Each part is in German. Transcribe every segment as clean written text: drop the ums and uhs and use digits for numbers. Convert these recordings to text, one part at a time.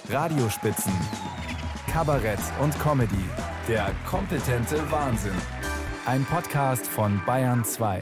Radiospitzen, Kabarett und Comedy. Der kompetente Wahnsinn. Ein Podcast von Bayern 2.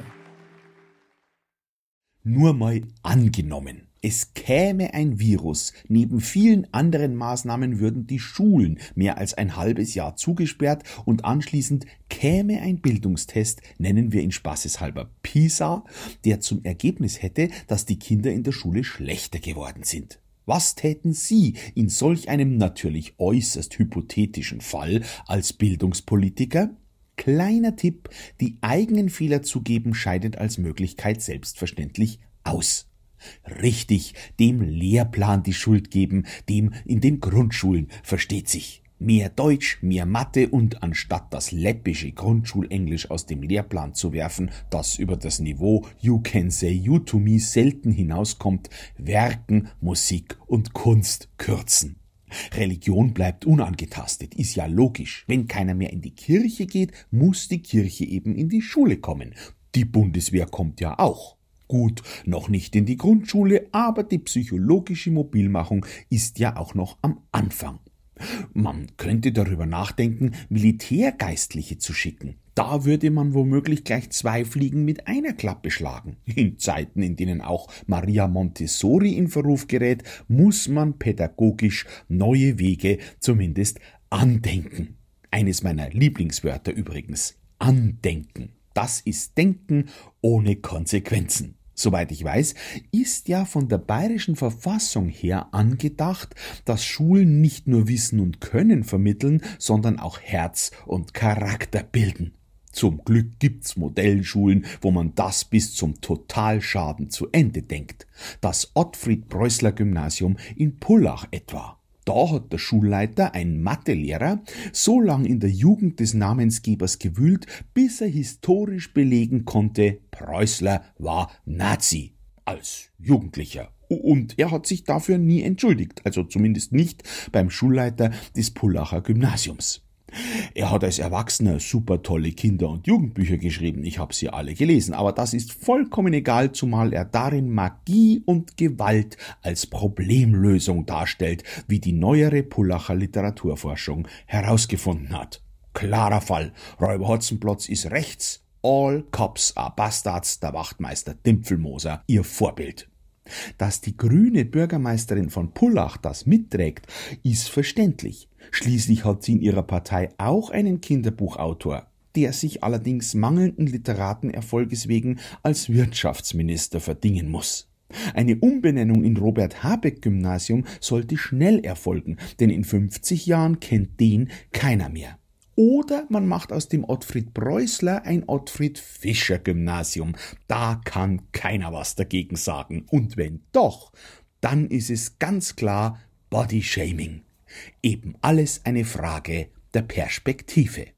Nur mal angenommen, es käme ein Virus. Neben vielen anderen Maßnahmen würden die Schulen mehr als ein halbes Jahr zugesperrt und anschließend käme ein Bildungstest, nennen wir ihn spaßeshalber PISA, der zum Ergebnis hätte, dass die Kinder in der Schule schlechter geworden sind. Was täten Sie in solch einem natürlich äußerst hypothetischen Fall als Bildungspolitiker? Kleiner Tipp, die eigenen Fehler zugeben scheidet als Möglichkeit selbstverständlich aus. Richtig, dem Lehrplan die Schuld geben, dem in den Grundschulen, versteht sich. Mehr Deutsch, mehr Mathe und anstatt das läppische Grundschulenglisch aus dem Lehrplan zu werfen, das über das Niveau You can say you to me selten hinauskommt, Werken, Musik und Kunst kürzen. Religion bleibt unangetastet, ist ja logisch. Wenn keiner mehr in die Kirche geht, muss die Kirche eben in die Schule kommen. Die Bundeswehr kommt ja auch. Gut, noch nicht in die Grundschule, aber die psychologische Mobilmachung ist ja auch noch am Anfang. Man könnte darüber nachdenken, Militärgeistliche zu schicken. Da würde man womöglich gleich 2 Fliegen mit einer Klappe schlagen. In Zeiten, in denen auch Maria Montessori in Verruf gerät, muss man pädagogisch neue Wege zumindest andenken. Eines meiner Lieblingswörter übrigens, andenken. Das ist Denken ohne Konsequenzen. Soweit ich weiß, ist ja von der bayerischen Verfassung her angedacht, dass Schulen nicht nur Wissen und Können vermitteln, sondern auch Herz und Charakter bilden. Zum Glück gibt's Modellschulen, wo man das bis zum Totalschaden zu Ende denkt. Das Ottfried-Preußler-Gymnasium in Pullach etwa. Da hat der Schulleiter, ein Mathelehrer, so lang in der Jugend des Namensgebers gewühlt, bis er historisch belegen konnte, Preußler war Nazi, als Jugendlicher. Und er hat sich dafür nie entschuldigt, also zumindest nicht beim Schulleiter des Pullacher Gymnasiums. Er hat als Erwachsener super tolle Kinder- und Jugendbücher geschrieben, ich habe sie alle gelesen, aber das ist vollkommen egal, zumal er darin Magie und Gewalt als Problemlösung darstellt, wie die neuere Pullacher Literaturforschung herausgefunden hat. Klarer Fall, Räuber Hotzenplotz ist rechts, all cops are bastards, der Wachtmeister Dimpfelmoser, ihr Vorbild. Dass die grüne Bürgermeisterin von Pullach das mitträgt, ist verständlich. Schließlich hat sie in ihrer Partei auch einen Kinderbuchautor, der sich allerdings mangelnden Literatenerfolges wegen als Wirtschaftsminister verdingen muss. Eine Umbenennung in Robert-Habeck-Gymnasium sollte schnell erfolgen, denn in 50 Jahren kennt den keiner mehr. Oder man macht aus dem Ottfried-Preußler ein Ottfried-Fischer-Gymnasium. Da kann keiner was dagegen sagen. Und wenn doch, dann ist es ganz klar Bodyshaming. Eben alles eine Frage der Perspektive.